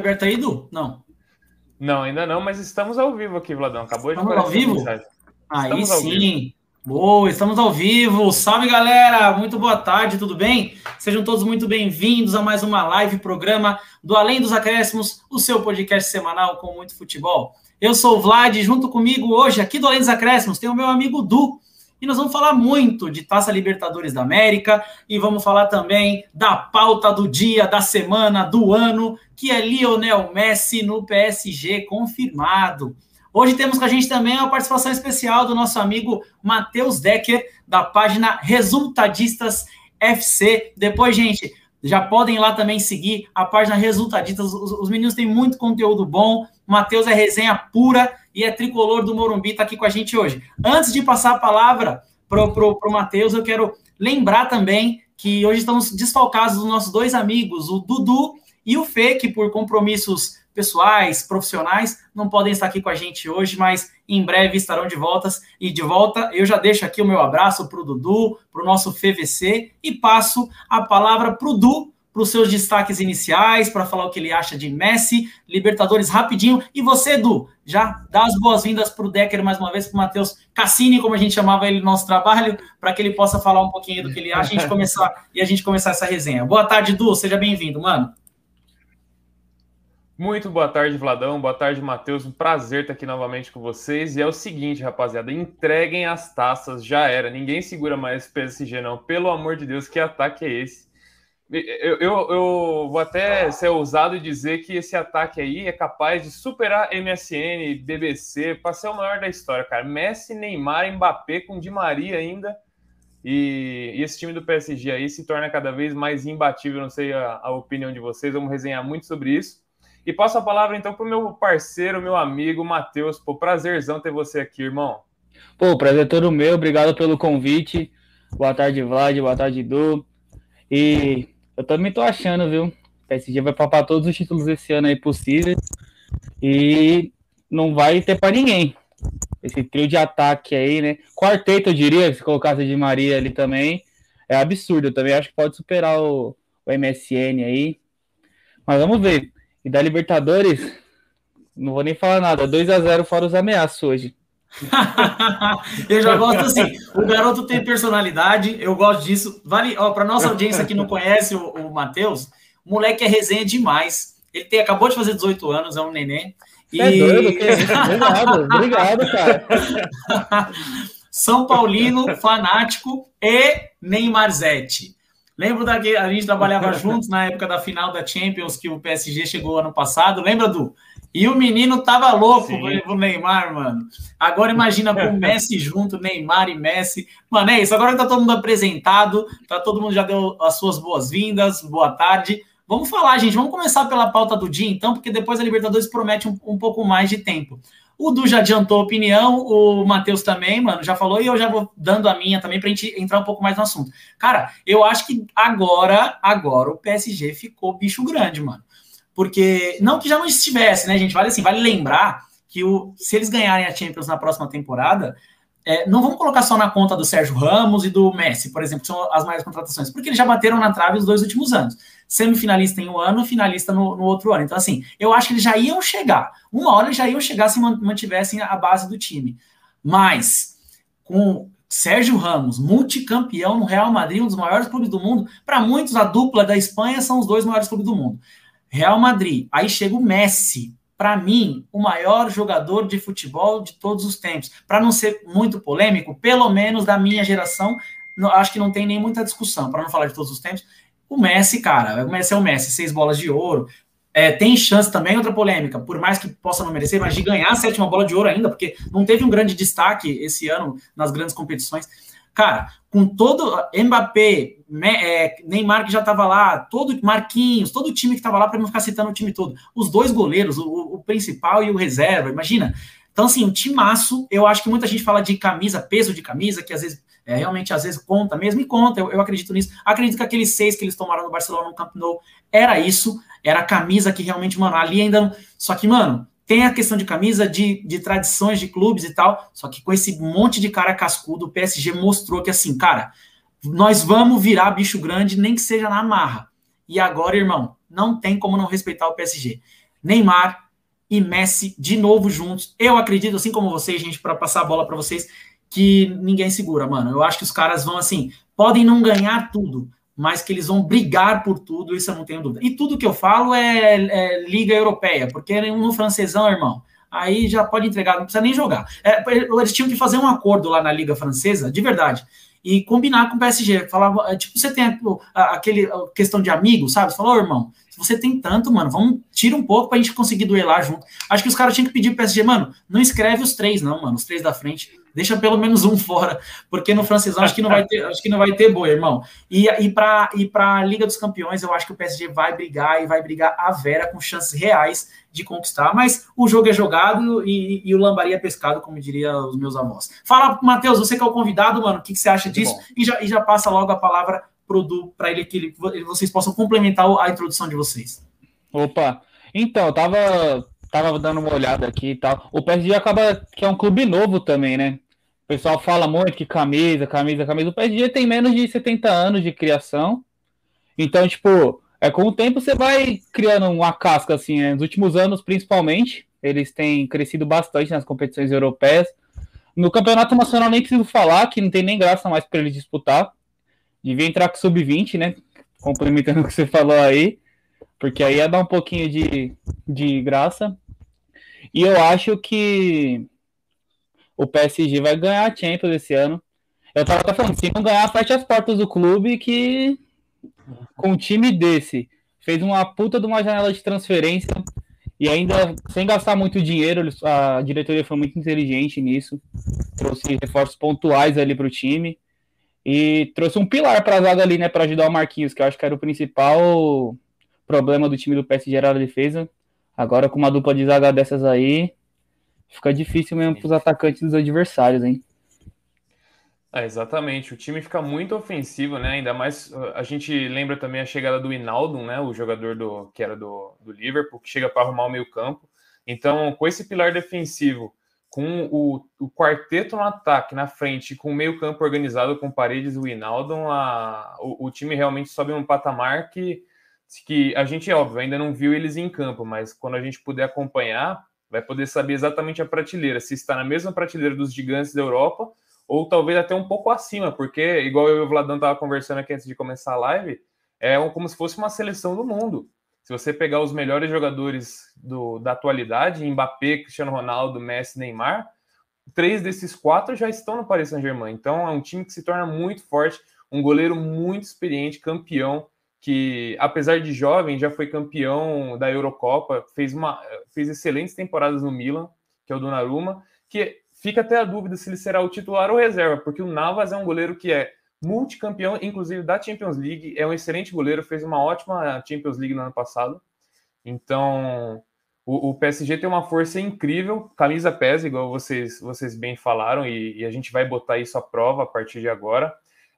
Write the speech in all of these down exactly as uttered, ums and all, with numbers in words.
aberto aí, Du? Não. Não, ainda não, mas estamos ao vivo aqui, Vladão. Acabou estamos de aparecer ao vivo? Aí estamos sim. Boa, estamos ao vivo. Salve, galera! Muito boa tarde, tudo bem? Sejam todos muito bem-vindos a mais uma live, programa do Além dos Acréscimos, o seu podcast semanal com muito futebol. Eu sou o Vlad, junto comigo hoje, aqui do Além dos Acréscimos, tem o meu amigo Du. E nós vamos falar muito de Taça Libertadores da América e vamos falar também da pauta do dia, da semana, do ano, que é Lionel Messi no P S G confirmado. Hoje temos com a gente também uma participação especial do nosso amigo Matheus Decker, da página Resultadistas F C. Depois, gente, já podem ir lá também seguir a página Resultadistas. Os, os meninos têm muito conteúdo bom. Matheus é resenha pura e é tricolor do Morumbi, está aqui com a gente hoje. Antes de passar a palavra para o Matheus, eu quero lembrar também que hoje estamos desfalcados dos nossos dois amigos, o Dudu e o Fê, que por compromissos pessoais, profissionais, não podem estar aqui com a gente hoje, mas em breve estarão de volta. E de volta, eu já deixo aqui o meu abraço para o Dudu, para o nosso F V C, e passo a palavra para o Du, para os seus destaques iniciais, para falar o que ele acha de Messi, Libertadores rapidinho. E você, Du, já dá as boas-vindas para o Decker mais uma vez, para o Matheus Cassini, como a gente chamava ele no nosso trabalho, para que ele possa falar um pouquinho do que ele acha e a gente começar, e a gente começar essa resenha. Boa tarde, Du, seja bem-vindo, mano. Muito boa tarde, Vladão. Boa tarde, Matheus. Um prazer estar aqui novamente com vocês. E é o seguinte, rapaziada, entreguem as taças, já era. Ninguém segura mais o P S G, não. Pelo amor de Deus, que ataque é esse? Eu, eu, eu vou até ser ousado e dizer que esse ataque aí é capaz de superar M S N, B B C, para ser o maior da história, cara. Messi, Neymar, Mbappé com Di Maria ainda. E, e esse time do P S G aí se torna cada vez mais imbatível. Não sei a, a opinião de vocês, vamos resenhar muito sobre isso. E passo a palavra, então, para o meu parceiro, meu amigo, Matheus. Pô, prazerzão ter você aqui, irmão. Pô, prazer todo meu. Obrigado pelo convite. Boa tarde, Vlad. Boa tarde, Du. E eu também tô achando, viu? O P S G vai papar todos os títulos esse ano aí possíveis. E não vai ter para ninguém. Esse trio de ataque aí, né? Quarteto, eu diria, se colocasse de Maria ali também. É absurdo. Eu também acho que pode superar o, o M S N aí. Mas vamos ver. E da Libertadores, não vou nem falar nada, dois a zero fora os ameaços hoje. Eu já gosto assim, o garoto tem personalidade, eu gosto disso. Vale, ó, para nossa audiência que não conhece o, o Matheus, o moleque é resenha demais. Ele tem, acabou de fazer dezoito anos, é um neném. E... É doido, que é isso? Obrigado, obrigado, cara. São Paulino, fanático e Neymarzete. Lembro da que a gente trabalhava juntos na época da final da Champions, que o P S G chegou ano passado, lembra, Du? E o menino tava louco pro Neymar, mano. Agora imagina com o Messi junto, Neymar e Messi. Mano, é isso, agora tá todo mundo apresentado, tá, todo mundo já deu as suas boas-vindas, boa tarde. Vamos falar, gente, vamos começar pela pauta do dia, então, porque depois a Libertadores promete um, um pouco mais de tempo. O Du já adiantou a opinião, o Matheus também, mano, já falou, e eu já vou dando a minha também pra gente entrar um pouco mais no assunto. Cara, eu acho que agora, agora o P S G ficou bicho grande, mano. Porque, não que já não estivesse, né, gente? Vale assim, vale lembrar que o, se eles ganharem a Champions na próxima temporada, é, não vamos colocar só na conta do Sérgio Ramos e do Messi, por exemplo, que são as maiores contratações, porque eles já bateram na trave os dois últimos anos. Semifinalista em um ano, finalista no, no outro ano. Então, assim, eu acho que eles já iam chegar. Uma hora eles já iam chegar se mantivessem a base do time. Mas, com Sérgio Ramos, multicampeão no Real Madrid, um dos maiores clubes do mundo, para muitos, a dupla da Espanha são os dois maiores clubes do mundo. Real Madrid, aí chega o Messi, para mim, o maior jogador de futebol de todos os tempos. Para não ser muito polêmico, pelo menos da minha geração, não, acho que não tem nem muita discussão, para não falar de todos os tempos. O Messi, cara, o Messi é o Messi, seis bolas de ouro. É, tem chance também, outra polêmica, por mais que possa não merecer, mas de ganhar a sétima bola de ouro ainda, porque não teve um grande destaque esse ano nas grandes competições. Cara, com todo Mbappé, é, Neymar que já estava lá, todo Marquinhos, todo o time que estava lá, para não ficar citando o time todo, os dois goleiros, o, o principal e o reserva, imagina. Então, assim, um timaço, eu acho que muita gente fala de camisa, peso de camisa, que às vezes, é, realmente, às vezes conta mesmo, e conta, eu, eu acredito nisso. Acredito que aqueles seis que eles tomaram no Barcelona, no Camp Nou, era isso, era a camisa que realmente, mano, ali ainda não... Só que, mano, tem a questão de camisa, de, de tradições de clubes e tal, só que com esse monte de cara cascudo, o P S G mostrou que, assim, cara, nós vamos virar bicho grande, nem que seja na marra. E agora, irmão, não tem como não respeitar o P S G. Neymar e Messi de novo juntos. Eu acredito, assim como vocês, gente, para passar a bola para vocês, que ninguém segura, mano. Eu acho que os caras vão, assim, podem não ganhar tudo, mas que eles vão brigar por tudo, isso eu não tenho dúvida. E tudo que eu falo é, é Liga Europeia, porque no francesão, irmão, aí já pode entregar, não precisa nem jogar. É, eles tinham que fazer um acordo lá na Liga Francesa, de verdade, e combinar com o P S G. Falar, tipo, você tem aquele a questão de amigo, sabe? Você falou, oh, irmão, se você tem tanto, mano, vamos, tira um pouco pra gente conseguir duelar junto. Acho que os caras tinham que pedir pro P S G, mano, não escreve os três, não, mano, os três da frente. Deixa pelo menos um fora, porque no francesão acho que não vai ter, acho que não vai ter boi, irmão. E, e para e a Liga dos Campeões, eu acho que o P S G vai brigar e vai brigar a vera com chances reais de conquistar, mas o jogo é jogado e, e o lambari é pescado, como diria os meus avós. Fala, Matheus, você que é o convidado, mano, o que, que você acha disso? E já, e já passa logo a palavra pro Du, para ele que ele, vocês possam complementar a introdução de vocês. Opa, então, eu tava, tava dando uma olhada aqui e tal. O P S G acaba que é um clube novo também, né? O pessoal fala muito que camisa, camisa, camisa. O P S G tem menos de setenta anos de criação. Então, tipo, é, com o tempo você vai criando uma casca, assim, né? Nos últimos anos, principalmente, eles têm crescido bastante nas competições europeias. No Campeonato Nacional nem preciso falar, que não tem nem graça mais para eles disputar. Devia entrar com sub vinte, né? Complementando o que você falou aí. Porque aí ia dar um pouquinho de, de graça. E eu acho que o P S G vai ganhar a Champions esse ano. Eu tava até falando, se não ganhar, fecha as portas do clube, que com um time desse fez uma puta de uma janela de transferência e ainda sem gastar muito dinheiro, a diretoria foi muito inteligente nisso, trouxe reforços pontuais ali pro time e trouxe um pilar pra zaga ali, né, pra ajudar o Marquinhos, que eu acho que era o principal problema do time do P S G, era a defesa. Agora com uma dupla de zaga dessas aí, fica difícil mesmo pros atacantes dos adversários, hein? É, exatamente, o time fica muito ofensivo, né? Ainda mais, a gente lembra também a chegada do Wijnaldum, né? O jogador do, que era do, do Liverpool, que chega para arrumar o meio campo. Então, com esse pilar defensivo, com o, o quarteto no ataque, na frente, com o meio campo organizado com Paredes e o Wijnaldum, a, o, o time realmente sobe um patamar que, que a gente, óbvio, ainda não viu eles em campo, mas quando a gente puder acompanhar, vai poder saber exatamente a prateleira, se está na mesma prateleira dos gigantes da Europa, ou talvez até um pouco acima, porque, igual eu e o Vladão estava conversando aqui antes de começar a live, é como se fosse uma seleção do mundo. Se você pegar os melhores jogadores do, da atualidade, Mbappé, Cristiano Ronaldo, Messi, Neymar, três desses quatro já estão no Paris Saint-Germain. Então é um time que se torna muito forte, um goleiro muito experiente, campeão, que apesar de jovem, já foi campeão da Eurocopa, fez, uma, fez excelentes temporadas no Milan, que é o Donnarumma, que fica até a dúvida se ele será o titular ou reserva, porque o Navas é um goleiro que é multicampeão, inclusive da Champions League, é um excelente goleiro, fez uma ótima Champions League no ano passado. Então, o, o P S G tem uma força incrível, camisa pesa, igual vocês, vocês bem falaram, e, e a gente vai botar isso à prova a partir de agora.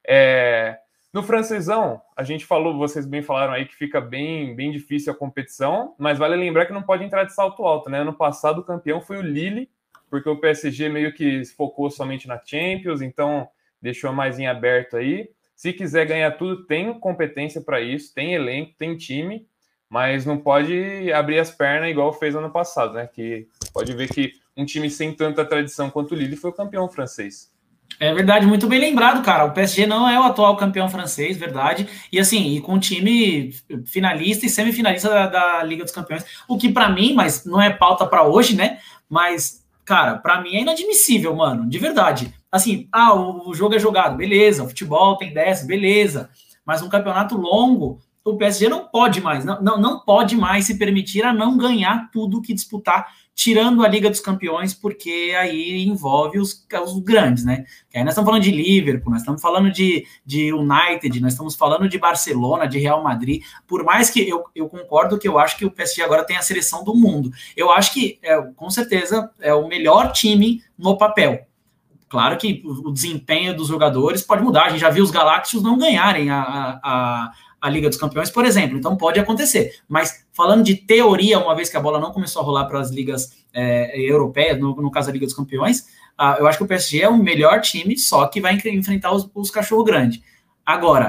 É, no francesão, a gente falou, vocês bem falaram aí que fica bem, bem difícil a competição, mas vale lembrar que não pode entrar de salto alto, né? Ano passado o campeão foi o Lille, porque o P S G meio que focou somente na Champions, então deixou mais em aberto aí. Se quiser ganhar tudo, tem competência para isso, tem elenco, tem time, mas não pode abrir as pernas igual fez ano passado, né? Que pode ver que um time sem tanta tradição quanto o Lille foi o campeão francês. É verdade, muito bem lembrado, cara. O P S G não é o atual campeão francês, verdade. E assim, e com um time finalista e semifinalista da, da Liga dos Campeões, o que para mim, mas não é pauta para hoje, né? Mas cara, pra mim é inadmissível, mano, de verdade. Assim, ah, o, o jogo é jogado, beleza, o futebol tem dez, beleza, mas um campeonato longo, o P S G não pode mais, não, não, não pode mais se permitir a não ganhar tudo que disputar, tirando a Liga dos Campeões, porque aí envolve os, os grandes, né? Que aí nós estamos falando de Liverpool, nós estamos falando de, de United, nós estamos falando de Barcelona, de Real Madrid, por mais que eu, eu concordo que eu acho que o P S G agora tem a seleção do mundo. Eu acho que, é, com certeza, é o melhor time no papel. Claro que o desempenho dos jogadores pode mudar, a gente já viu os Galácticos não ganharem a, a, a Liga dos Campeões, por exemplo, então pode acontecer. Mas falando de teoria, uma vez que a bola não começou a rolar para as ligas é, europeias, no, no caso da Liga dos Campeões, uh, eu acho que o P S G é o melhor time, só que vai enfrentar os, os cachorro grandes. Agora,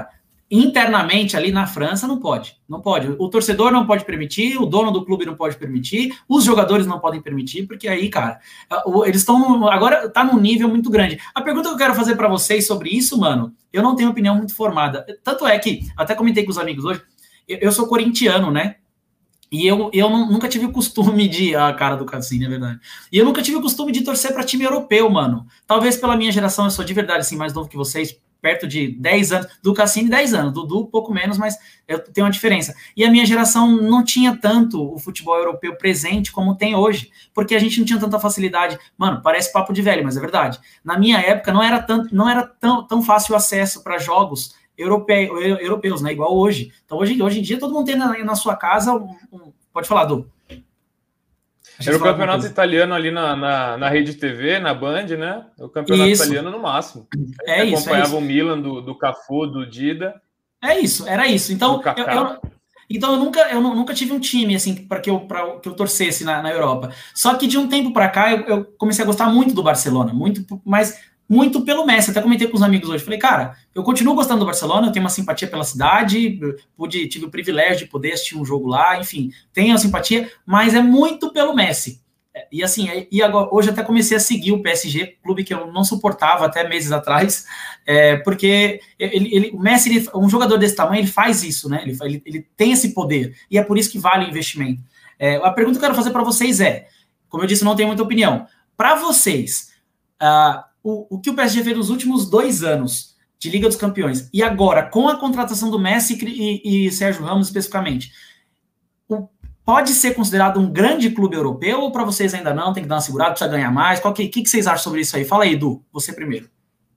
internamente ali na França não pode, não pode. O torcedor não pode permitir, o dono do clube não pode permitir, os jogadores não podem permitir, porque aí, cara, eles estão agora tá num nível muito grande. A pergunta que eu quero fazer para vocês sobre isso, mano, eu não tenho opinião muito formada. Tanto é que até comentei com os amigos hoje, eu, eu sou corintiano, né? E eu, eu não, nunca tive o costume de... Ah, cara do Cassini, é verdade. E eu nunca tive o costume de torcer para time europeu, mano. Talvez pela minha geração, eu sou de verdade assim, mais novo que vocês, perto de dez anos, do Cassini dez anos, do Dudu pouco menos, mas eu tenho uma diferença. E a minha geração não tinha tanto o futebol europeu presente como tem hoje, porque a gente não tinha tanta facilidade. Mano, parece papo de velho, mas é verdade. Na minha época não era, tanto, não era tão, tão fácil o acesso para jogos europeu, europeus, né, igual hoje. Então hoje, hoje em dia todo mundo tem na, na sua casa um, um... Pode falar, Du. Era o campeonato italiano ali na, na, na Rede T V, na Band, né? O campeonato isso. italiano no máximo. É isso, acompanhava é isso. o Milan do, do Cafu, do Dida. É isso, era isso. Então, eu, eu, então eu, nunca, eu nunca tive um time assim para que, eu, que eu torcesse na, na Europa. Só que de um tempo para cá eu, eu comecei a gostar muito do Barcelona, muito, mas muito pelo Messi. Até comentei com os amigos hoje. Falei, cara, eu continuo gostando do Barcelona, eu tenho uma simpatia pela cidade, pude, tive o privilégio de poder assistir um jogo lá, enfim, tenho a simpatia, mas é muito pelo Messi. E assim, e agora, hoje até comecei a seguir o P S G, clube que eu não suportava até meses atrás, é, porque ele, ele, o Messi, ele, um jogador desse tamanho, ele faz isso, né? Ele, ele, ele tem esse poder, e é por isso que vale o investimento. É, a pergunta que eu quero fazer para vocês é, como eu disse, não tenho muita opinião. Para vocês, uh, o, o que o P S G fez nos últimos dois anos de Liga dos Campeões, e agora, com a contratação do Messi e, e Sérgio Ramos especificamente, o pode ser considerado um grande clube europeu ou para vocês ainda não? Tem que dar uma segurada, precisa ganhar mais? O que, que, que vocês acham sobre isso aí? Fala aí, Edu, você primeiro.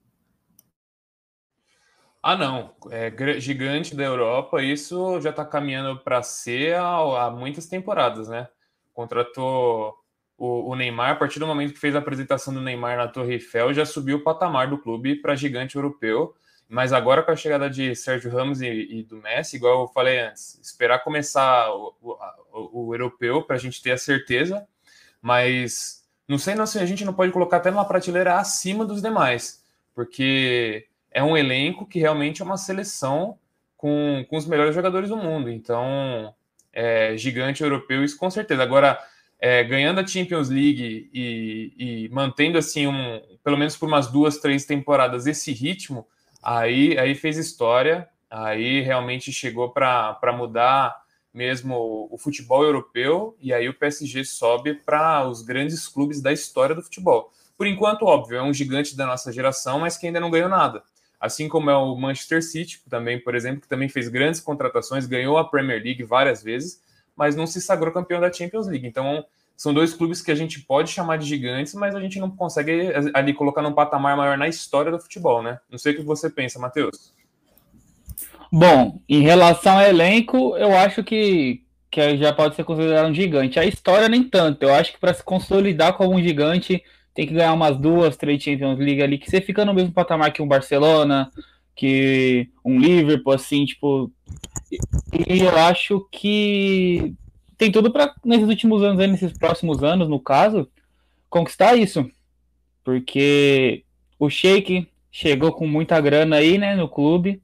Ah, não. É gigante da Europa, isso já está caminhando para ser há, há muitas temporadas, né? Contratou o, o Neymar, a partir do momento que fez a apresentação do Neymar na Torre Eiffel, já subiu o patamar do clube para gigante europeu. Mas agora com a chegada de Sérgio Ramos e, e do Messi, igual eu falei antes, esperar começar o, o, o europeu para a gente ter a certeza, mas não sei não, se a gente não pode colocar até numa prateleira acima dos demais, porque é um elenco que realmente é uma seleção com, com os melhores jogadores do mundo, então é gigante europeu, isso com certeza. Agora, é, ganhando a Champions League e, e mantendo assim, um, pelo menos por umas duas, três temporadas esse ritmo, Aí, aí fez história, aí realmente chegou para mudar mesmo o, o futebol europeu, e aí o P S G sobe para os grandes clubes da história do futebol. Por enquanto, óbvio, é um gigante da nossa geração, mas que ainda não ganhou nada. Assim como é o Manchester City, também, por exemplo, que também fez grandes contratações, ganhou a Premier League várias vezes, mas não se sagrou campeão da Champions League. Então, são dois clubes que a gente pode chamar de gigantes, mas a gente não consegue ali colocar num patamar maior na história do futebol, né? Não sei o que você pensa, Matheus. Bom, em relação ao elenco, eu acho que, que já pode ser considerado um gigante. A história nem tanto. Eu acho que para se consolidar como um gigante, tem que ganhar umas duas, três Champions League ali, que você fica no mesmo patamar que um Barcelona, que um Liverpool, assim, tipo... E eu acho que... tem tudo para, nesses últimos anos, nesses próximos anos, no caso, conquistar isso. Porque o Sheik chegou com muita grana aí, né, no clube.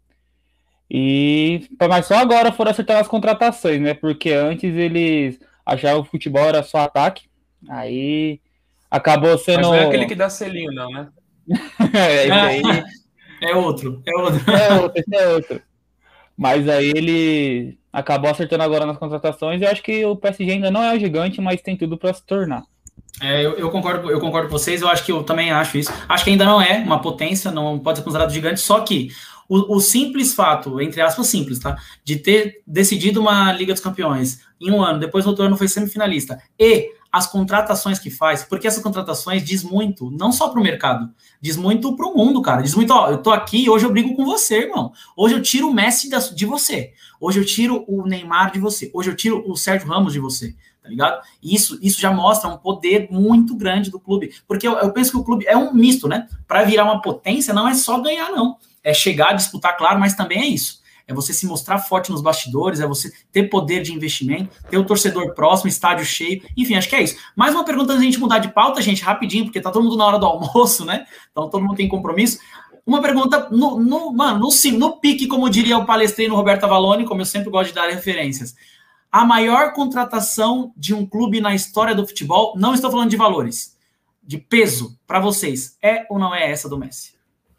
E mas só agora foram acertar as contratações, né? Porque antes eles achavam que o futebol era só ataque. Aí acabou sendo... Mas não é aquele que dá selinho, não, né? é, esse aí... é outro, é outro. É outro, esse é outro. Mas aí ele acabou acertando agora nas contratações, e eu acho que o P S G ainda não é o gigante, mas tem tudo para se tornar. É, eu, eu, concordo, eu concordo com vocês, eu acho que eu também acho isso. Acho que ainda não é uma potência, não pode ser considerado gigante, só que o, o simples fato, entre aspas simples, tá? De ter decidido uma Liga dos Campeões em um ano, depois no outro ano foi semifinalista, e as contratações que faz, porque essas contratações diz muito, não só para o mercado, diz muito para o mundo, cara. Diz muito, ó, eu tô aqui, hoje eu brigo com você, irmão. Hoje eu tiro o Messi de você. Hoje eu tiro o Neymar de você. Hoje eu tiro o Sérgio Ramos de você, tá ligado? Isso, isso já mostra um poder muito grande do clube, porque eu, eu penso que o clube é um misto, né? Para virar uma potência não é só ganhar, não. É chegar, disputar, claro, mas também é isso. É você se mostrar forte nos bastidores, é você ter poder de investimento, ter o torcedor próximo, estádio cheio, enfim, acho que é isso. Mais uma pergunta antes da gente mudar de pauta, gente, rapidinho, porque tá todo mundo na hora do almoço, né? Então todo mundo tem compromisso. Uma pergunta, no, no, mano, no, no pique, como diria o palestrino Roberto Avalone, como eu sempre gosto de dar referências. A maior contratação de um clube na história do futebol, não estou falando de valores, de peso, para vocês, é ou não é essa do Messi?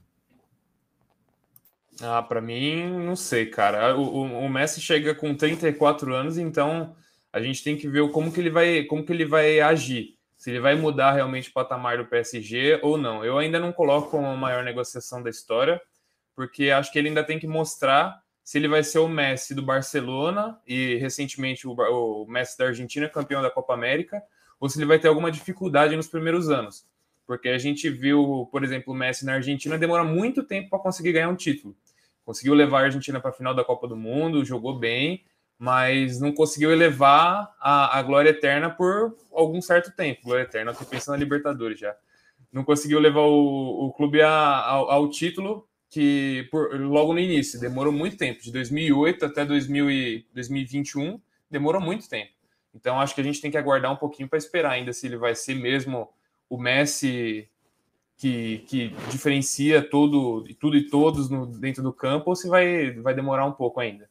Ah, para mim, não sei, cara. O, o, o Messi chega com trinta e quatro anos, então a gente tem que ver como que ele vai, como que ele vai agir. Se ele vai mudar realmente o patamar do P S G ou não. Eu ainda não coloco como a maior negociação da história, porque acho que ele ainda tem que mostrar se ele vai ser o Messi do Barcelona e, recentemente, o, o Messi da Argentina, campeão da Copa América, ou se ele vai ter alguma dificuldade nos primeiros anos. Porque a gente viu, por exemplo, o Messi na Argentina demora muito tempo para conseguir ganhar um título. Conseguiu levar a Argentina para a final da Copa do Mundo, jogou bem, mas não conseguiu elevar a, a glória eterna por algum certo tempo. Glória eterna, eu estou pensando na Libertadores já. Não conseguiu levar o, o clube a, a, ao título que por, logo no início, demorou muito tempo, de dois mil e oito até dois mil e vinte e um, demorou muito tempo. Então acho que a gente tem que aguardar um pouquinho para esperar ainda se ele vai ser mesmo o Messi que, que diferencia todo, tudo e todos no, dentro do campo, ou se vai, vai demorar um pouco ainda.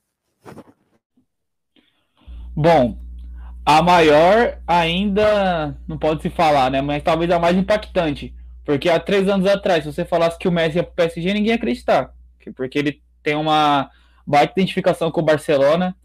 Bom, a maior ainda não pode se falar, né? Mas talvez a mais impactante. Porque há três anos atrás, se você falasse que o Messi ia pro P S G, ninguém ia acreditar. Porque ele tem uma baita identificação com o Barcelona.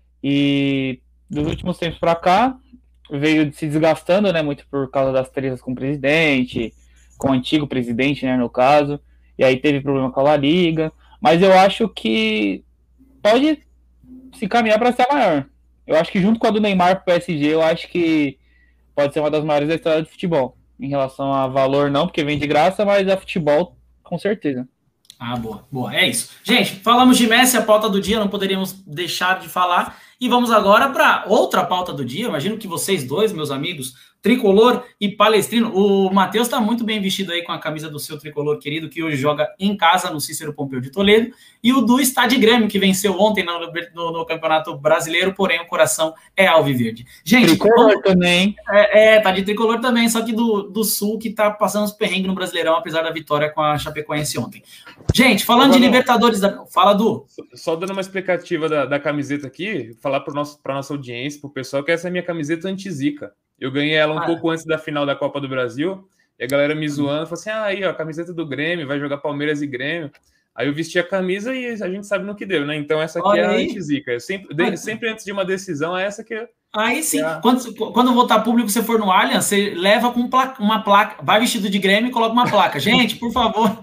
E dos últimos tempos para cá, veio se desgastando, né? Muito por causa das tretas com o presidente, com o antigo presidente, né? No caso. E aí teve problema com a La Liga. Mas eu acho que pode se caminhar para ser a maior. Eu acho que junto com a do Neymar pro P S G, eu acho que pode ser uma das maiores da história do futebol. Em relação a valor, não, porque vem de graça, mas a futebol, com certeza. Ah, boa, boa, é isso. Gente, falamos de Messi, a pauta do dia, não poderíamos deixar de falar. E vamos agora para outra pauta do dia. Imagino que vocês dois, meus amigos, tricolor e palestrino. O Matheus está muito bem vestido aí com a camisa do seu tricolor querido, que hoje joga em casa no Cícero Pompeu de Toledo. E o Du está de Grêmio, que venceu ontem no, no, no Campeonato Brasileiro, porém o coração é alviverde. Gente, tricolor vamos, também. É, é, tá de tricolor também, só que do, do Sul, que tá passando os perrengues no Brasileirão, apesar da vitória com a Chapecoense ontem. Gente, falando de Libertadores, da... fala, Du. Só, só dando uma explicativa da, da camiseta aqui, falar para a nossa audiência, para o pessoal, que essa é a minha camiseta anti-zica. Eu ganhei ela um ah. pouco antes da final da Copa do Brasil, e a galera me zoando, falou assim, ah, aí, ó, a camiseta do Grêmio, vai jogar Palmeiras e Grêmio. Aí eu vesti a camisa e a gente sabe no que deu, né? Então essa aqui Olha é a anti-zica. Eu sempre, de, sempre antes de uma decisão, é essa que é... Aí sim, é a... quando, quando votar público, você for no Allianz, você leva com placa, uma placa, vai vestido de Grêmio e coloca uma placa. Gente, por favor.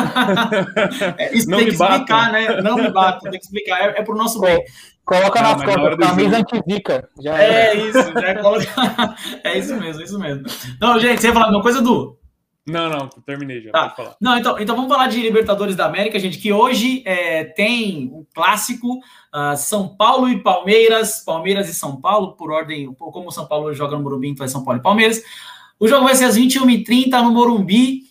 Isso não tem me que batam. explicar, né? Não me batam, tem que explicar, é, é pro nosso bem. Coloca não, nas costas, na camisa anti-zica. É, é isso, já coloca... é isso mesmo, é isso mesmo. Então, gente, você ia falar uma coisa, Du? Não, não, terminei já. Tá. Pode falar. Não, então, então vamos falar de Libertadores da América, gente, que hoje é, tem um clássico, uh, São Paulo e Palmeiras, Palmeiras e São Paulo, por ordem, como o São Paulo joga no Morumbi, então é São Paulo e Palmeiras. O jogo vai ser às vinte e uma e trinta no Morumbi,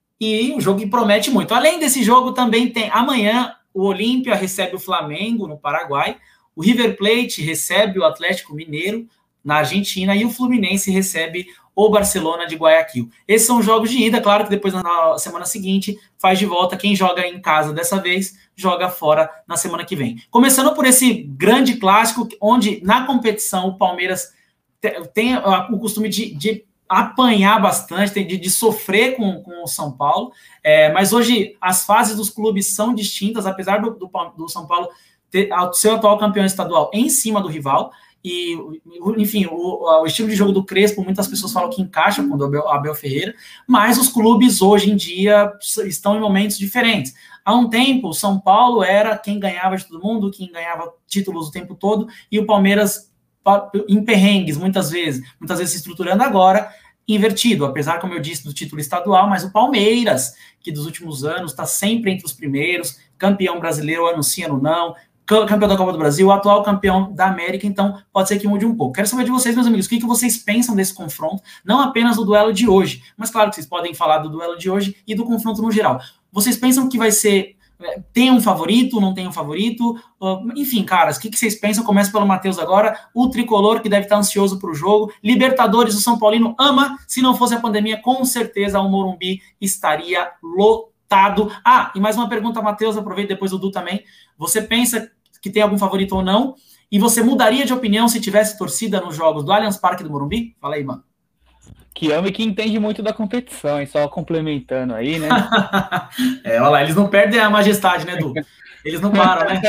e um jogo que promete muito. Além desse jogo, também tem amanhã o Olímpia recebe o Flamengo no Paraguai, o River Plate recebe o Atlético Mineiro na Argentina e o Fluminense recebe o Barcelona de Guayaquil. Esses são jogos de ida, claro que depois na semana seguinte faz de volta. Quem joga em casa dessa vez, joga fora na semana que vem. Começando por esse grande clássico, onde na competição o Palmeiras tem o costume de, de apanhar bastante, de, de sofrer com, com o São Paulo, é, mas hoje as fases dos clubes são distintas, apesar do, do, do São Paulo ter o seu atual campeão estadual em cima do rival. E, enfim, o, o estilo de jogo do Crespo, muitas pessoas falam que encaixa com o Abel, Abel Ferreira, mas os clubes hoje em dia estão em momentos diferentes. Há um tempo, o São Paulo era quem ganhava de todo mundo, quem ganhava títulos o tempo todo, e o Palmeiras em perrengues, muitas vezes, muitas vezes se estruturando agora, invertido, apesar, como eu disse, do título estadual, mas o Palmeiras, que dos últimos anos está sempre entre os primeiros, campeão brasileiro, ano sim, ano não, campeão da Copa do Brasil, o atual campeão da América, então pode ser que mude um pouco. Quero saber de vocês, meus amigos, o que, que vocês pensam desse confronto, não apenas do duelo de hoje, mas claro que vocês podem falar do duelo de hoje e do confronto no geral. Vocês pensam que vai ser, tem um favorito, não tem um favorito? Enfim, caras, o que, que vocês pensam? Começa pelo Matheus agora, o tricolor que deve estar ansioso para o jogo, Libertadores, o São Paulino ama, se não fosse a pandemia, com certeza o Morumbi estaria lotado. lotado. Ah, e mais uma pergunta, Matheus, aproveita depois o Du também. Você pensa que tem algum favorito ou não? E você mudaria de opinião se tivesse torcida nos jogos do Allianz Parque do Morumbi? Fala aí, mano. Que ama e que entende muito da competição, e só complementando aí, né? É, olha lá, eles não perdem a majestade, né, Du? Eles não param, né?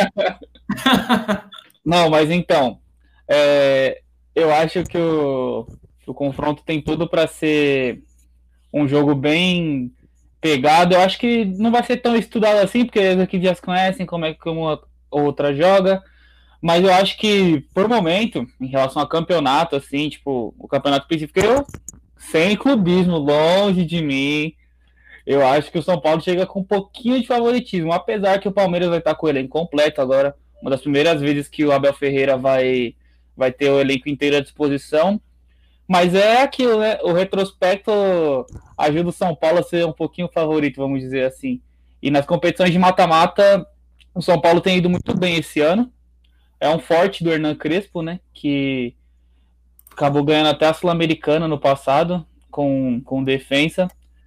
Não, mas então, é, eu acho que o, o confronto tem tudo para ser um jogo bem pegado. Eu acho que não vai ser tão estudado assim, porque eles aqui já se conhecem como é que uma outra joga. Mas eu acho que, por momento, em relação a campeonato, assim, tipo, o campeonato específico, eu, sem clubismo, longe de mim, eu acho que o São Paulo chega com um pouquinho de favoritismo, apesar que o Palmeiras vai estar com o elenco completo agora, uma das primeiras vezes que o Abel Ferreira vai, vai ter o elenco inteiro à disposição. Mas é aquilo, né? O retrospecto ajuda o São Paulo a ser um pouquinho favorito, vamos dizer assim. E nas competições de mata-mata, o São Paulo tem ido muito bem esse ano. É um forte do Hernan Crespo, né? Que acabou ganhando até a Sul-Americana no passado, com, com defensa.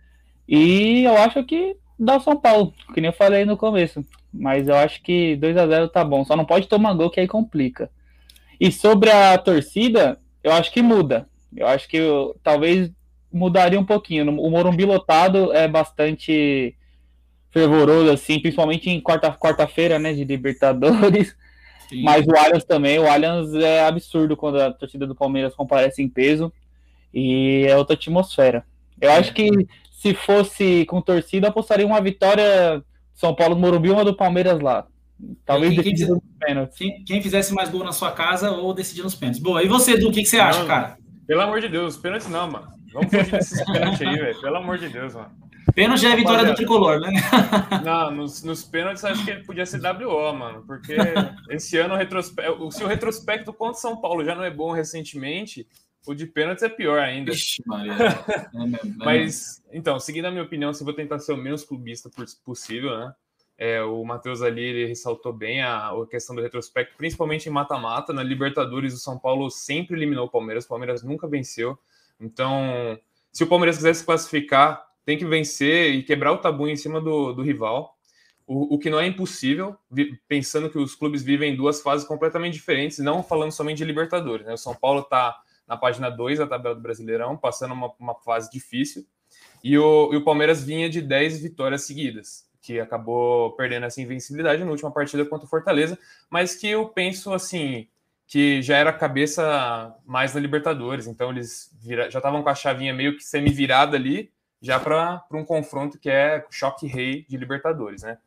E eu acho que dá o São Paulo, que nem eu falei no começo. Mas eu acho que dois a zero tá bom. Só não pode tomar gol, que aí complica. E sobre a torcida, eu acho que muda. Eu acho que eu, talvez mudaria um pouquinho. O Morumbi lotado é bastante fervoroso, assim, principalmente em quarta, quarta-feira, né, de Libertadores. Sim. Mas o Allianz também, o Allianz é absurdo quando a torcida do Palmeiras comparece em peso. E é outra atmosfera. Eu é. acho que se fosse com torcida, apostaria uma vitória São Paulo do Morumbi e uma do Palmeiras lá. Talvez quem, quem, nos pênaltis. Quem, quem fizesse mais gol na sua casa ou decidir nos pênaltis. Boa, e você, Edu, o que, que você não, acha, cara? Pelo amor de Deus, pênaltis não, mano. Vamos fugir desses pênaltis aí, velho. Pelo amor de Deus, mano. Pênalti é a vitória do tricolor, né? Não, nos, nos pênaltis acho que ele podia ser W O, mano. Porque esse ano, o retrospecto, se o retrospecto contra São Paulo já não é bom recentemente, o de pênaltis é pior ainda. Ixi, Maria. É mesmo, é Mas, então, seguindo a minha opinião, se vou tentar ser o menos clubista possível, né? É, o Matheus ali, ele ressaltou bem a, a questão do retrospecto, principalmente em mata-mata. Na Libertadores, o São Paulo sempre eliminou o Palmeiras, o Palmeiras nunca venceu. Então, se o Palmeiras quiser se classificar, tem que vencer e quebrar o tabu em cima do, do rival, o, o que não é impossível, vi, pensando que os clubes vivem duas fases completamente diferentes, não falando somente de Libertadores, né? O São Paulo está na página dois da tabela do Brasileirão, passando uma, uma fase difícil, e o, e o Palmeiras vinha de dez vitórias seguidas, que acabou perdendo essa invencibilidade na última partida contra o Fortaleza, mas que eu penso assim, que já era cabeça mais na Libertadores, então eles vira, já estavam com a chavinha meio que semi-virada ali, já para um confronto que é choque rei de Libertadores, né?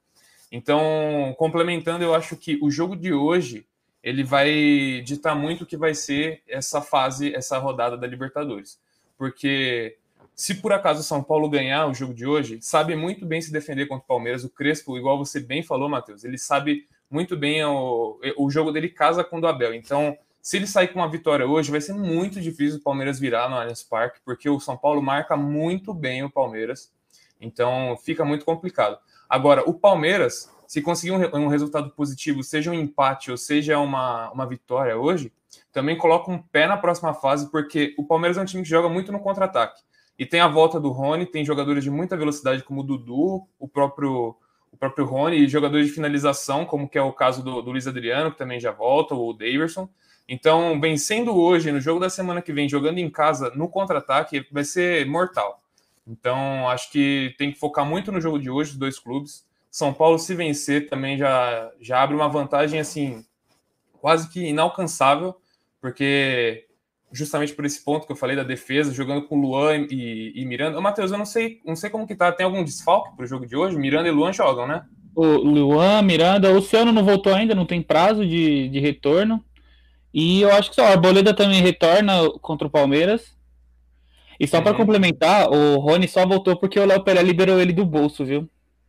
Então, complementando, eu acho que o jogo de hoje, ele vai ditar muito o que vai ser essa fase, essa rodada da Libertadores, porque se por acaso o São Paulo ganhar o jogo de hoje, sabe muito bem se defender contra o Palmeiras. O Crespo, igual você bem falou, Matheus, ele sabe muito bem o, o jogo dele casa com o do Abel. Então, se ele sair com uma vitória hoje, vai ser muito difícil o Palmeiras virar no Allianz Parque, porque o São Paulo marca muito bem o Palmeiras. Então, fica muito complicado. Agora, o Palmeiras, se conseguir um, um resultado positivo, seja um empate ou seja uma, uma vitória hoje, também coloca um pé na próxima fase, porque o Palmeiras é um time que joga muito no contra-ataque. E tem a volta do Rony, tem jogadores de muita velocidade como o Dudu, o próprio, o próprio Rony, e jogadores de finalização, como que é o caso do, do Luiz Adriano, que também já volta, o Daverson. Então, vencendo hoje, no jogo da semana que vem, jogando em casa, no contra-ataque, vai ser mortal. Então, acho que tem que focar muito no jogo de hoje, dos dois clubes. São Paulo, se vencer, também já, já abre uma vantagem, assim, quase que inalcançável, porque justamente por esse ponto que eu falei da defesa, jogando com Luan e, e Miranda. Ô, Matheus, eu não sei, não sei como que tá. Tem algum desfalque pro jogo de hoje? Miranda e Luan jogam, né? O Luan, Miranda, o Luciano não voltou ainda, não tem prazo de, de retorno. E eu acho que só a Arboleda também retorna contra o Palmeiras. E só uhum. para complementar, o Rony só voltou porque o Léo Pelé liberou ele do bolso, viu?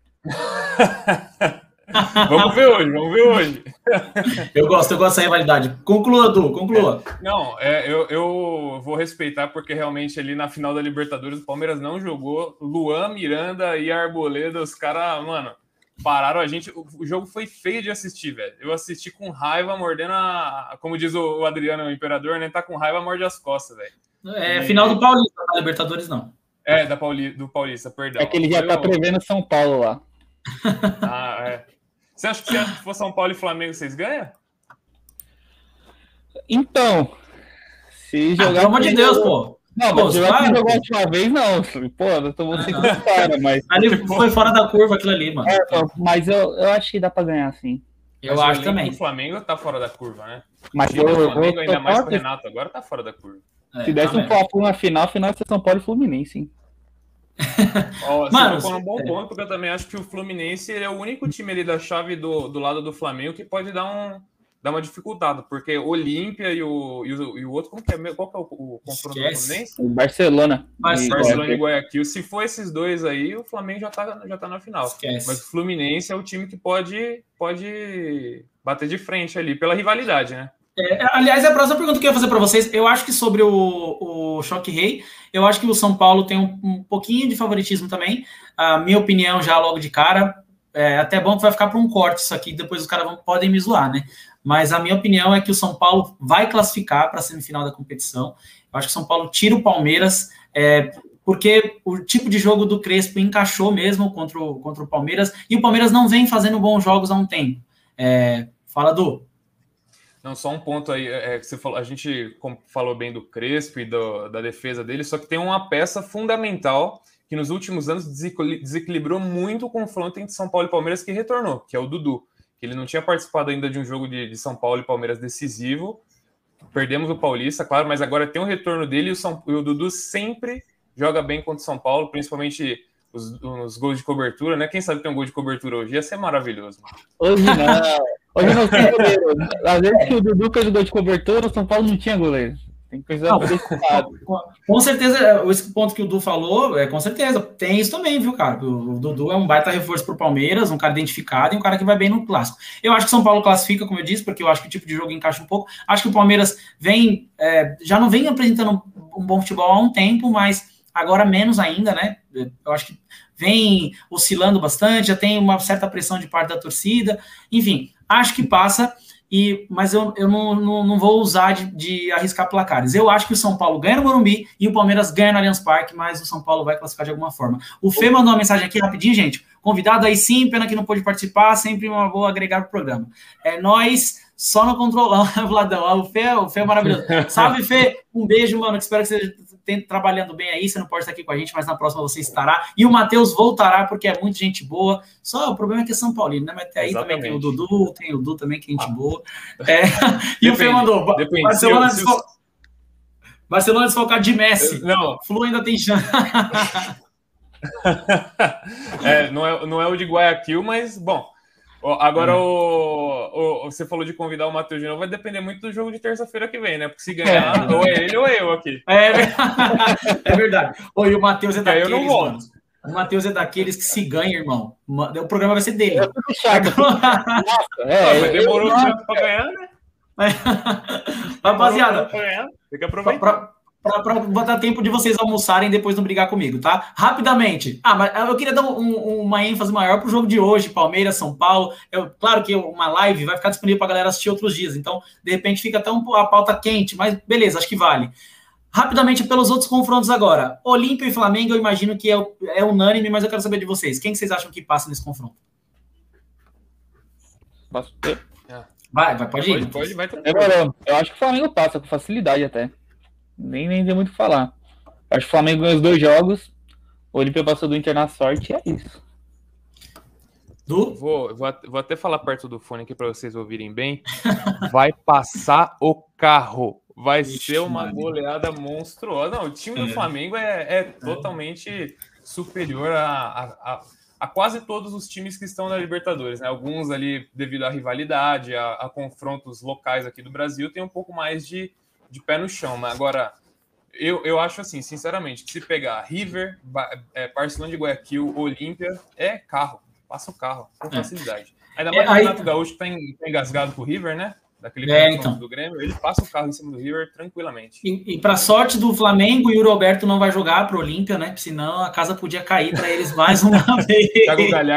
Vamos ver hoje, vamos ver hoje. Eu gosto, eu gosto dessa rivalidade. Conclua, Du, conclua. É, não, é, eu, eu vou respeitar porque realmente ali na final da Libertadores o Palmeiras não jogou. Luan, Miranda e Arboleda, os caras, mano, pararam a gente. O, o jogo foi feio de assistir, velho. Eu assisti com raiva, mordendo a... Como diz o, o Adriano, o Imperador, né? Tá com raiva, morde as costas, velho. É, e... final do Paulista, na Libertadores não. É, da Pauli, do Paulista, perdão. É que ele já Foi tá o- prevendo São Paulo lá. Ah, é. Você acha que se for São Paulo e Flamengo, vocês ganham? Então, se Ah, jogar... pelo amor de Deus, pô. Não, Pô, mas jogar claro, que jogou a pô. última vez, não. Pô, eu tô Ah, você não. com cara, mas... Ali foi fora da curva aquilo ali, mano. É, mas eu, eu acho que dá pra ganhar, sim. Eu Mas o acho elenco também. do Flamengo tá fora da curva, né? Mas O time eu, do eu, Flamengo, eu, ainda eu, mais com o eu, Renato, agora tá fora da curva. É, se desse tá um mesmo. Fla-Flu na final, a final ia ser São Paulo e Fluminense, hein? Ó, Mano, você tocou num bom é. ponto, porque eu também acho que o Fluminense ele é o único time ali da chave do, do lado do Flamengo que pode dar, um, dar uma dificuldade, porque o Olímpia e o, e, o, e o outro, como que é? Qual que é o, o confronto do Esquece. Fluminense? O Barcelona. Mas- E- Barcelona e Guayaquil. Se for esses dois aí, o Flamengo já tá, já tá na final. Esquece. Mas o Fluminense é o time que pode, pode bater de frente ali, pela rivalidade, né? É, aliás, a próxima pergunta que eu ia fazer para vocês, eu acho que sobre o, o Choque Rei, eu acho que o São Paulo tem um, um pouquinho de favoritismo também. A minha opinião, já logo de cara, é até bom que vai ficar para um corte isso aqui, depois os caras vão, podem me zoar, né? Mas a minha opinião é que o São Paulo vai classificar para a semifinal da competição. Eu acho que o São Paulo tira o Palmeiras, é, porque o tipo de jogo do Crespo encaixou mesmo contra o, contra o Palmeiras, e o Palmeiras não vem fazendo bons jogos há um tempo. É, fala, Du. Não, só um ponto aí, é, que você falou, a gente falou bem do Crespo e do, da defesa dele, só que tem uma peça fundamental que nos últimos anos desequilibrou muito o confronto entre São Paulo e Palmeiras, que retornou, que é o Dudu. Ele não tinha participado ainda de um jogo de, de São Paulo e Palmeiras decisivo. Perdemos o Paulista, claro, mas agora tem o retorno dele e o, São, e o Dudu sempre joga bem contra o São Paulo, principalmente os, os gols de cobertura, né? Quem sabe tem um gol de cobertura hoje? Ia ser maravilhoso. Hoje não. Hoje não tem goleiro. Às vezes que o Dudu fez o gol de cobertura, o São Paulo não tinha goleiro. Tem que coisa por esse lado. Com, com certeza, esse ponto que o Du falou, é, com certeza, tem isso também, viu, cara? O, o Dudu é um baita reforço pro Palmeiras, um cara identificado e um cara que vai bem no clássico. Eu acho que o São Paulo classifica, como eu disse, porque eu acho que o tipo de jogo encaixa um pouco. Acho que o Palmeiras vem, é, já não vem apresentando um bom futebol há um tempo, mas agora menos ainda, né? Eu acho que vem oscilando bastante, já tem uma certa pressão de parte da torcida. Enfim, acho que passa. E, mas eu, eu não, não, não vou usar de, de arriscar placares. Eu acho que o São Paulo ganha no Morumbi e o Palmeiras ganha no Allianz Parque, mas o São Paulo vai classificar de alguma forma. O Fê mandou uma mensagem aqui rapidinho, gente. Convidado aí sim, pena que não pôde participar, sempre uma boa agregar pro programa. É nós só no controlão, Vladão. O Fê, o Fê é maravilhoso. Salve, Fê. Um beijo, mano. Que espero que você esteja trabalhando bem aí. Você não pode estar aqui com a gente, mas na próxima você estará. E o Matheus voltará, porque é muito gente boa. Só o problema é que é São Paulino, né? Mas aí Exatamente. Também tem o Dudu, tem o Du também, que é gente boa. É, e depende, o Fê mandou. Depende. Barcelona, se eu, desfal... se... Barcelona desfalcado de Messi. Não. Flu ainda tem chance. é, não, é, não é o de Guayaquil, mas, bom. Agora, hum. o, o, você falou de convidar o Matheus de novo, vai depender muito do jogo de terça-feira que vem, né? Porque se ganhar, é. ou é ele ou é eu aqui. É, é verdade. Oi, o Matheus é daqueles, eu não volto. Mano. O Matheus é daqueles que se ganha, irmão. O programa vai ser dele. É tudo chato. é, mas demorou tanto pra ganhar, né? Rapaziada, tem que aproveitar. Pra, para botar tempo de vocês almoçarem e depois não brigar comigo, tá? Rapidamente. Ah, mas eu queria dar um, uma ênfase maior pro jogo de hoje, Palmeiras, São Paulo. Eu, claro que uma live vai ficar disponível pra galera assistir outros dias, então, de repente, fica até um, a pauta quente, mas beleza, acho que vale. Rapidamente, pelos outros confrontos agora. Olímpia e Flamengo, eu imagino que é, é unânime, mas eu quero saber de vocês. Quem que vocês acham que passa nesse confronto? Posso ter? Vai, vai, pode ir. Pode, pode, vai. Demorou. Eu acho que o Flamengo passa com facilidade até. Nem, nem tem muito o que falar. Acho que o Flamengo ganhou os dois jogos. O Olímpia passou do Inter na sorte e é isso. Du? Vou, vou, vou até falar perto do fone aqui para vocês ouvirem bem. Vai passar o carro. Vai Ixi, ser uma mano. goleada monstruosa. Não, o time do é. Flamengo é, é totalmente superior a, a, a, a quase todos os times que estão na Libertadores, né? Alguns ali, devido à rivalidade, a, a confrontos locais aqui do Brasil, tem um pouco mais de de pé no chão, mas agora eu, eu acho assim, sinceramente, que se pegar River, é, Barcelona de Guayaquil, Olímpia, é carro, passa o carro, com facilidade. Ainda mais é, o Renato aí... Gaúcho que tá, tá engasgado com o River, né? Daquele é, então. do Grêmio, ele passa o carro em cima do River tranquilamente. E, e para sorte do Flamengo, o Yuri Alberto não vai jogar para o Olímpia, né? Senão a casa podia cair para eles mais uma vez. Thiago Galhardo.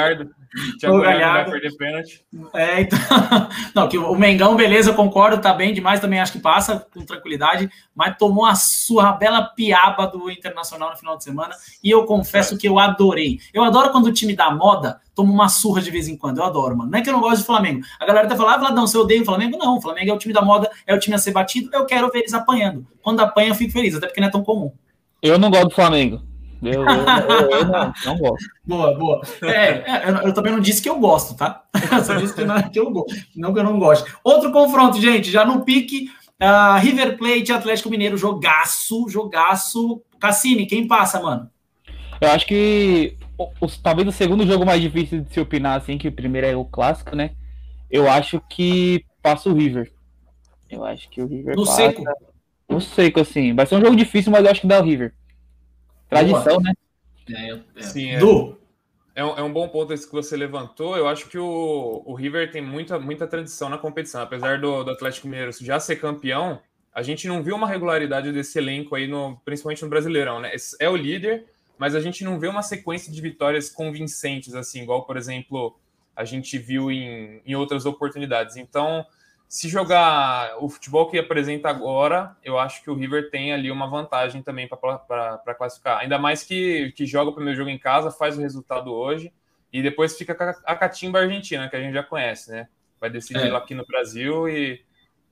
Thiago Galhardo vai perder pênalti. É, então... Não, que o Mengão, beleza, eu concordo, tá bem demais, também acho que passa com tranquilidade, mas tomou a sua bela piaba do Internacional no final de semana, e eu confesso que eu adorei. Eu adoro quando o time da moda toma uma surra de vez em quando, eu adoro, mano. Não é que eu não gosto do Flamengo. A galera até fala, ah, Vladão, você odeia o Flamengo? Não, o Flamengo é o time da moda, é o time a ser batido, eu quero ver eles apanhando. Quando apanha, eu fico feliz, até porque não é tão comum. Eu não gosto do Flamengo. Eu, eu, eu, eu não, não gosto. Boa, boa. É, é, eu, eu também não disse que eu gosto, tá? Eu só disse que, não, que eu gosto, não que eu não gosto. Outro confronto, gente, já no pique, uh, River Plate, Atlético Mineiro, jogaço, jogaço. Cassini, quem passa, mano? Eu acho que os, talvez o segundo jogo mais difícil de se opinar, assim, que o primeiro é o clássico, né? Eu acho que passa o River. Eu acho que o River no passa. seco. No seco, assim. Vai ser um jogo difícil, mas eu acho que dá o River. Tradição, boa, né? É, é. Sim, é. Du. É um, é um bom ponto esse que você levantou. Eu acho que o, o River tem muita, muita tradição na competição. Apesar do, do Atlético Mineiro já ser campeão, a gente não viu uma regularidade desse elenco aí, no, principalmente no Brasileirão, né? É o líder, mas a gente não vê uma sequência de vitórias convincentes, assim, igual, por exemplo, a gente viu em, em outras oportunidades. Então, se jogar o futebol que apresenta agora, eu acho que o River tem ali uma vantagem também para classificar. Ainda mais que, que joga o primeiro jogo em casa, faz o resultado hoje, e depois fica a catimba argentina, que a gente já conhece, né? Vai decidir é. aqui no Brasil e,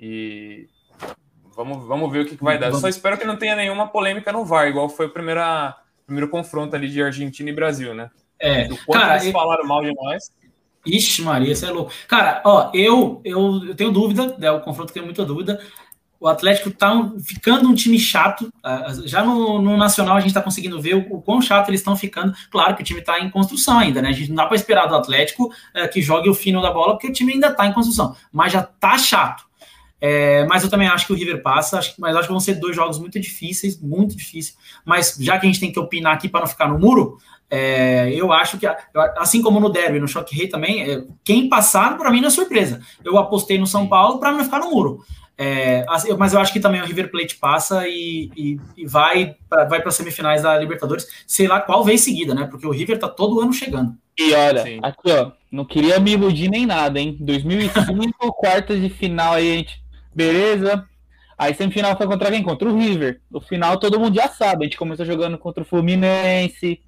e vamos, vamos ver o que, que vai dar. Só espero que não tenha nenhuma polêmica no V A R, igual foi o primeiro, primeiro confronto ali de Argentina e Brasil, né? É. Do quanto Cara, eles falaram mal de nós. Ixi, Maria, você é louco. Cara, ó, eu, eu, eu tenho dúvida, né, o confronto tem muita dúvida. O Atlético tá um, ficando um time chato. Já no, no Nacional a gente tá conseguindo ver o, o quão chato eles estão ficando. Claro que o time tá em construção ainda, né? A gente não dá para esperar do Atlético é, que jogue o fino da bola, porque o time ainda tá em construção. Mas já tá chato. É, mas eu também acho que o River passa, acho, mas acho que vão ser dois jogos muito difíceis, muito difíceis. Mas já que a gente tem que opinar aqui para não ficar no muro, é, eu acho que, assim como no derby, no Choque Rei também, é, quem passar, para mim, não é surpresa. Eu apostei no São Paulo para não ficar no muro. É, mas eu acho que também o River Plate passa e, e, e vai para vai as semifinais da Libertadores, sei lá qual vez seguida, né? Porque o River tá todo ano chegando. E olha, Sim. aqui ó, não queria me iludir nem nada, hein? dois mil e cinco, quartas de final aí, a gente, beleza? Aí semifinal foi contra quem? Contra o River. No final todo mundo já sabe, a gente começou jogando contra o Fluminense.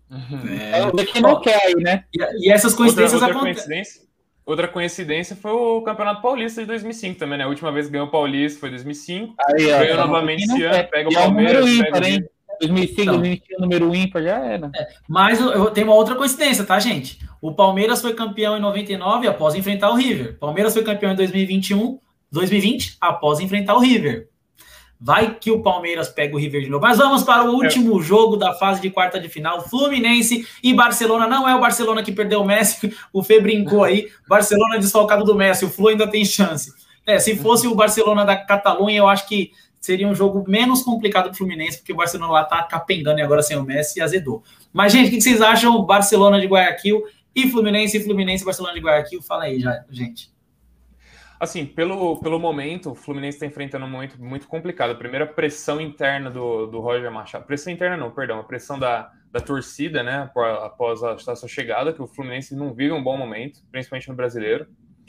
É, é que não quer aí, né? E, e essas coincidências outra, outra coincidência, outra coincidência foi o Campeonato Paulista de dois mil e cinco também, né? A última vez que ganhou o Paulista foi em dois mil e cinco. Aí, ganhou ó, novamente esse ano, pega o Palmeiras. É o ímpar, hein? dois mil e cinco, dois mil e vinte e um, número ímpar, já era. É, mas eu, eu tenho uma outra coincidência, tá, gente? O Palmeiras foi campeão em noventa e nove após enfrentar o River. O Palmeiras foi campeão em dois mil e vinte e um, dois mil e vinte após enfrentar o River. Vai que o Palmeiras pega o River de novo. Mas vamos para o último é. jogo da fase de quarta de final. Fluminense e Barcelona. Não é o Barcelona que perdeu o Messi. O Fê brincou aí. Barcelona desfalcado do Messi. O Flu ainda tem chance. É, se fosse o Barcelona da Catalunha, eu acho que seria um jogo menos complicado para o Fluminense, porque o Barcelona lá tá capengando e agora sem o Messi azedou. Mas, gente, o que vocês acham? Barcelona de Guayaquil e Fluminense, Fluminense e Barcelona de Guayaquil? Fala aí, já, gente. Assim, pelo, pelo momento, o Fluminense está enfrentando um momento muito complicado. A primeira pressão interna do, do Roger Machado. Pressão interna não, perdão. A pressão da, da torcida, né? Após a, a sua chegada, que o Fluminense não vive um bom momento, principalmente no Brasileiro.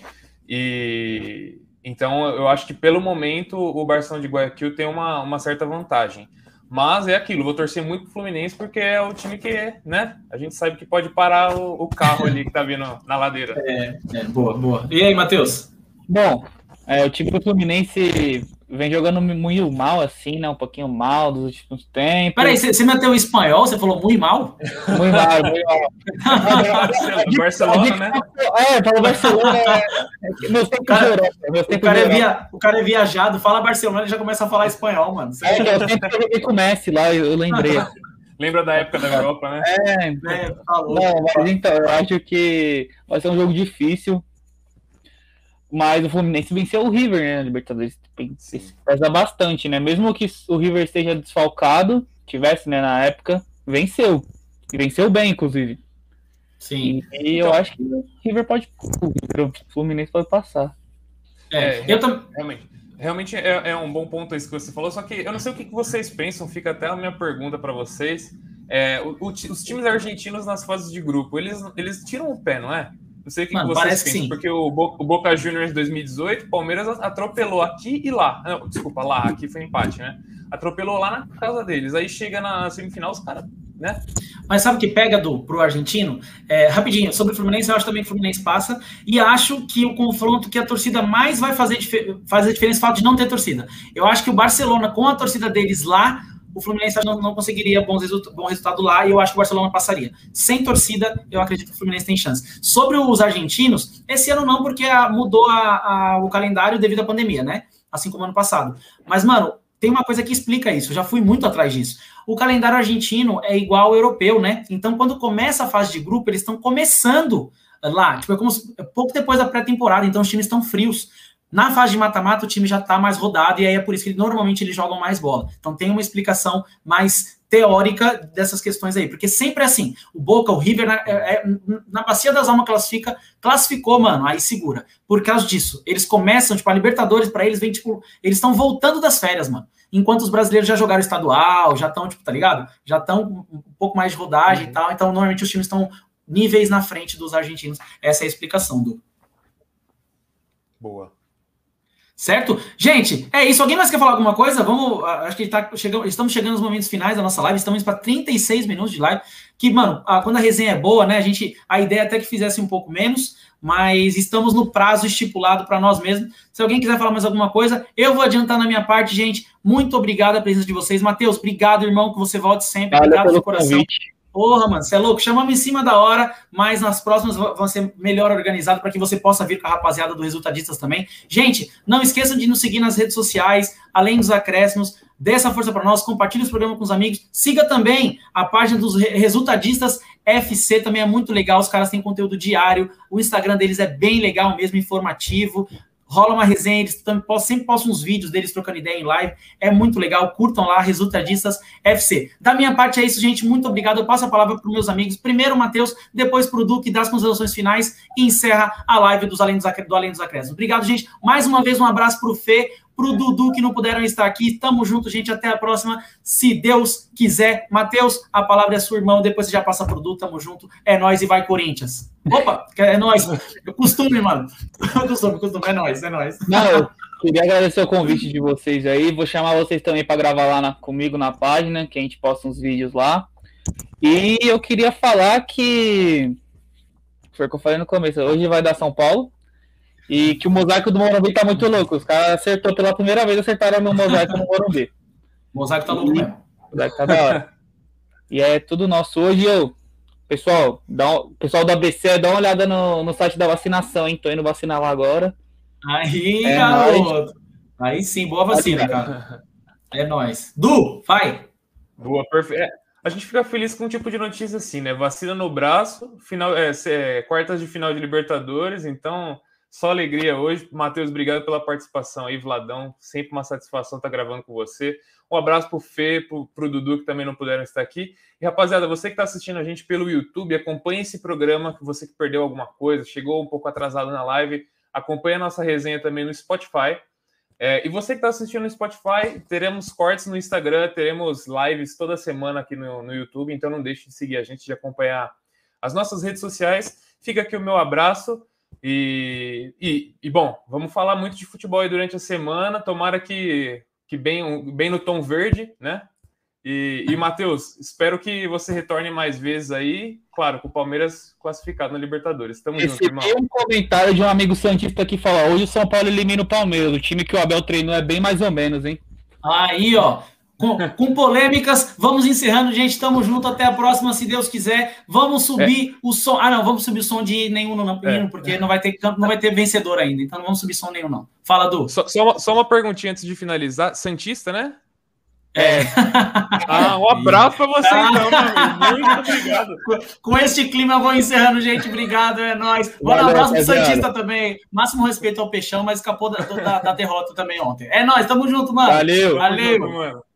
E então, eu acho que pelo momento, o Barcelona de Guayaquil tem uma, uma certa vantagem. Mas é aquilo, vou torcer muito pro Fluminense, porque é o time que, né? A gente sabe que pode parar o, o carro ali que tá vindo na ladeira. É, é boa, boa. E aí, Matheus? Bom, é, o time do Fluminense vem jogando muito mal, assim, né? Um pouquinho mal dos últimos tempos. Peraí, você meteu em espanhol? Você falou muito mal? Muito mal, muito mal. Barcelona, né? É, falou Barcelona. É, meus tempos cara, de Europa. Meus tempos o, cara de é Europa. via, o cara é viajado, fala Barcelona e já começa a falar espanhol, mano. É, que eu sempre joguei com o Messi lá, eu lembrei. Lembra da época da Europa, né? É, é falou. Não, mas então, eu acho que vai ser um jogo difícil. Mas o Fluminense venceu o River, né? A Libertadores pesa bastante, né? Mesmo que o River esteja desfalcado, tivesse, né, na época, venceu. E venceu bem, inclusive. Sim. E, e então, eu acho que o River pode. O Fluminense pode passar. É, eu também. Realmente, realmente é, é um bom ponto isso que você falou, só que eu não sei o que vocês pensam, fica até a minha pergunta para vocês. É, o, o, os times argentinos nas fases de grupo, eles, eles tiram o pé, não é? Não sei o que, Mano, que vocês parece pensam, que sim. porque o, Bo, o Boca Juniors dois mil e dezoito, o Palmeiras atropelou aqui e lá. Não, desculpa, lá, aqui foi empate, né? Atropelou lá na casa deles. Aí chega na semifinal, os caras, né? Mas sabe o que pega do, pro argentino? É, rapidinho, sobre o Fluminense, eu acho também que o Fluminense passa. E acho que o confronto que a torcida mais vai fazer, fazer diferença é o fato de não ter torcida. Eu acho que o Barcelona, com a torcida deles lá, o Fluminense não, não conseguiria bons resulta bom resultado lá, e eu acho que o Barcelona passaria. Sem torcida, eu acredito que o Fluminense tem chance. Sobre os argentinos, esse ano não, porque a, mudou a, a, o calendário devido à pandemia, né? Assim como ano passado. Mas, mano, tem uma coisa que explica isso, eu já fui muito atrás disso. O calendário argentino é igual ao europeu, né? Então, quando começa a fase de grupo, eles estão começando lá, tipo, é como se, é pouco depois da pré-temporada, então os times estão frios. Na fase de mata-mata, o time já está mais rodado, e aí é por isso que normalmente eles jogam mais bola. Então tem uma explicação mais teórica dessas questões aí, porque sempre é assim, o Boca, o River, na, é, na Bacia das Almas classifica, classificou, mano, aí segura. Por causa disso, eles começam, tipo, a Libertadores, para eles, vem, tipo, eles estão voltando das férias, mano. Enquanto os brasileiros já jogaram estadual, já estão, tipo, tá ligado? Já estão um pouco mais de rodagem uhum. e tal, então normalmente os times estão níveis na frente dos argentinos. Essa é a explicação, Du. Boa. Certo? Gente, é isso. Alguém mais quer falar alguma coisa? Vamos. Acho que tá chegando, estamos chegando nos momentos finais da nossa live. Estamos para trinta e seis minutos de live. Que, mano, quando a resenha é boa, né? A gente. A ideia é até que fizesse um pouco menos, mas estamos no prazo estipulado para nós mesmos. Se alguém quiser falar mais alguma coisa, eu vou adiantar na minha parte, gente. Muito obrigado a presença de vocês. Matheus, obrigado, irmão, que você volte sempre. Valeu obrigado pelo de coração. Convite. Porra, mano, você é louco. Chamamos em cima da hora, mas nas próximas vão ser melhor organizado para que você possa vir com a rapaziada do Resultadistas também. Gente, não esqueçam de nos seguir nas redes sociais, além dos acréscimos. Dê essa força para nós, compartilhe os programas com os amigos. Siga também a página dos Resultadistas F C, também é muito legal. Os caras têm conteúdo diário. O Instagram deles é bem legal mesmo, informativo. Rola uma resenha, eles sempre postam uns vídeos deles trocando ideia em live, é muito legal, curtam lá, Resultadistas F C. Da minha parte é isso, gente, muito obrigado, eu passo a palavra para os meus amigos, primeiro o Matheus, depois para o Du, que dá as considerações finais e encerra a live dos Além dos, do Além dos Acréscimos. Obrigado, gente, mais uma vez um abraço para o Fê, para o Dudu, que não puderam estar aqui, tamo junto, gente, até a próxima, se Deus quiser. Matheus, a palavra é sua, irmão, depois você já passa pro Du, tamo junto, é nóis e vai Corinthians. Opa, é nóis, costume, mano, costume, costume, é nóis, é nóis. Não, eu queria agradecer o convite de vocês aí, vou chamar vocês também para gravar lá na, comigo na página, que a gente posta uns vídeos lá, e eu queria falar que, foi o que eu falei no começo, hoje vai dar São Paulo, e que o mosaico do Morumbi tá muito louco. Os caras acertou pela primeira vez, acertaram no mosaico no Morumbi. O mosaico tá louco mesmo. O mosaico tá da hora. E é tudo nosso. Hoje eu, pessoal, dá um, pessoal da A B C, dá uma olhada no, no site da vacinação, hein? Tô indo vacinar lá agora. Aí, é garoto. Nóis. Aí sim, boa vacina, cara. É nóis. Du, vai. Boa, perfeito. É, a gente fica feliz com um tipo de notícia assim, né? Vacina no braço, final, é, é, quartas de final de Libertadores, então... Só alegria hoje. Matheus, obrigado pela participação aí, Vladão. Sempre uma satisfação estar gravando com você. Um abraço pro Fê, pro, pro Dudu, que também não puderam estar aqui. E, rapaziada, você que está assistindo a gente pelo YouTube, acompanhe esse programa, que você que perdeu alguma coisa, chegou um pouco atrasado na live, acompanhe a nossa resenha também no Spotify. É, e você que está assistindo no Spotify, teremos cortes no Instagram, teremos lives toda semana aqui no, no YouTube, então não deixe de seguir a gente, de acompanhar as nossas redes sociais. Fica aqui o meu abraço. E, e, e, bom, vamos falar muito de futebol aí durante a semana, tomara que, que bem, bem no tom verde, né? E, e Matheus, espero que você retorne mais vezes aí, claro, com o Palmeiras classificado na Libertadores. Tamo junto, irmão. Recebi um comentário de um amigo santista que fala: hoje o São Paulo elimina o Palmeiras, o time que o Abel treinou é bem mais ou menos, hein? Aí, ó. Com, com polêmicas, vamos encerrando, gente. Tamo junto, até a próxima, se Deus quiser. Vamos subir é. o som. Ah, não, vamos subir o som de nenhum, não, é. porque não vai ter não vai ter vencedor ainda. Então não vamos subir som nenhum, não. Fala, Du. Só, só, uma, só uma perguntinha antes de finalizar. Santista, né? É. Ah, um abraço pra você, então, meu amigo. Muito obrigado. Com, com este clima, eu vou encerrando, gente. Obrigado, é nóis. Bom, um abraço pro Santista também. Máximo respeito ao Peixão, mas escapou da, da, da derrota também ontem. É nóis, tamo junto, mano. Valeu. Valeu. Tamo junto, mano.